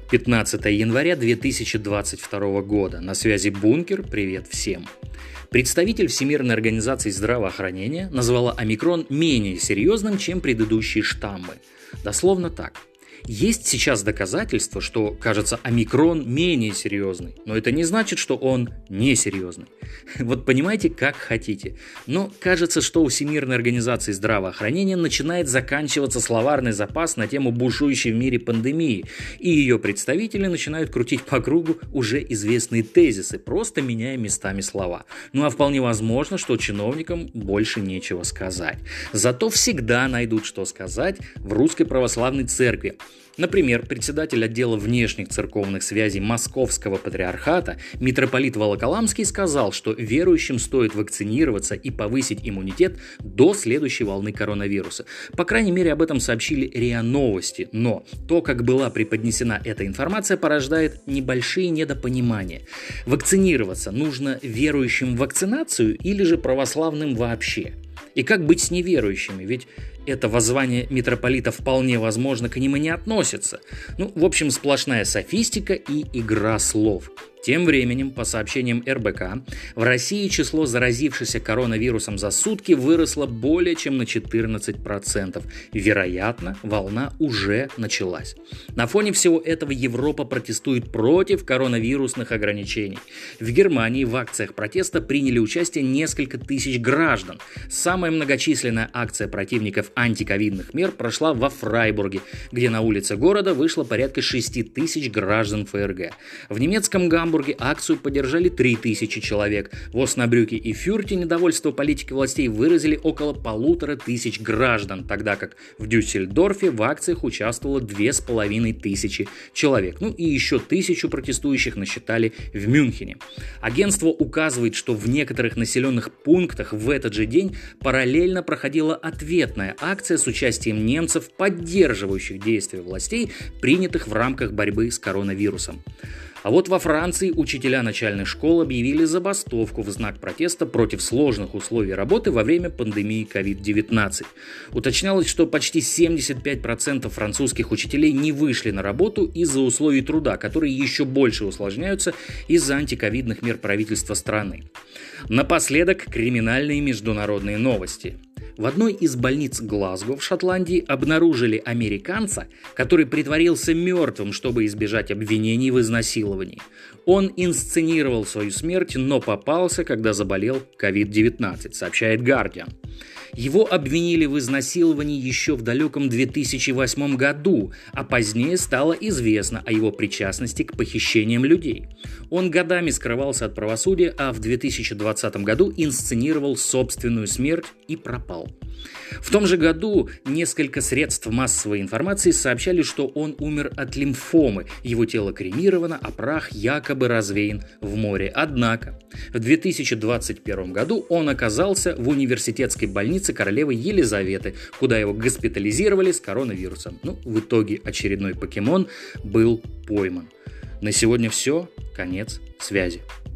15 января 2022 года. На связи Бункер. Привет всем. Представитель Всемирной организации здравоохранения назвала омикрон менее серьезным, чем предыдущие штаммы. Дословно так. Есть сейчас доказательства, что, кажется, омикрон менее серьезный, но это не значит, что он несерьезный. Вот понимаете, как хотите. Но кажется, что у Всемирной организации здравоохранения начинает заканчиваться словарный запас на тему бушующей в мире пандемии, и ее представители начинают крутить по кругу уже известные тезисы, просто меняя местами слова. Ну а вполне возможно, что чиновникам больше нечего сказать. Зато всегда найдут, что сказать в Русской Православной Церкви. Например, председатель отдела внешних церковных связей Московского патриархата митрополит Волоколамский сказал, что верующим стоит вакцинироваться и повысить иммунитет до следующей волны коронавируса. По крайней мере, об этом сообщили РИА Новости, но то, как была преподнесена эта информация, порождает небольшие недопонимания. Вакцинироваться нужно верующим в вакцинацию или же православным вообще? И как быть с неверующими? Ведь это воззвание митрополита вполне возможно к ним и не относится. В общем, сплошная софистика и игра слов. Тем временем, по сообщениям РБК, в России число заразившихся коронавирусом за сутки выросло более чем на 14%. Вероятно, волна уже началась. На фоне всего этого Европа протестует против коронавирусных ограничений. В Германии в акциях протеста приняли участие несколько тысяч граждан. Самая многочисленная акция противников антиковидных мер прошла во Фрайбурге, где на улице города вышло порядка 6 тысяч граждан ФРГ. В немецком Гамбурге акцию поддержали 3000 человек. В Оснабрюке и Фюрте недовольство политики властей выразили около 1500 граждан, тогда как в Дюссельдорфе в акциях участвовало 2500 человек. И еще 1000 протестующих насчитали в Мюнхене. Агентство указывает, что в некоторых населенных пунктах в этот же день параллельно проходила ответная акция с участием немцев, поддерживающих действия властей, принятых в рамках борьбы с коронавирусом. А вот во Франции учителя начальных школ объявили забастовку в знак протеста против сложных условий работы во время пандемии COVID-19. Уточнялось, что почти 75% французских учителей не вышли на работу из-за условий труда, которые еще больше усложняются из-за антиковидных мер правительства страны. Напоследок криминальные международные новости. В одной из больниц Глазго в Шотландии обнаружили американца, который притворился мертвым, чтобы избежать обвинений в изнасиловании. Он инсценировал свою смерть, но попался, когда заболел COVID-19, сообщает Guardian. Его обвинили в изнасиловании еще в далеком 2008 году, а позднее стало известно о его причастности к похищениям людей. Он годами скрывался от правосудия, а в 2020 году инсценировал собственную смерть и пропал. В том же году несколько средств массовой информации сообщали, что он умер от лимфомы, его тело кремировано, а прах якобы развеян в море. Однако в 2021 году он оказался в университетской больнице королевы Елизаветы, куда его госпитализировали с коронавирусом. В итоге очередной покемон был пойман. На сегодня все. Конец связи.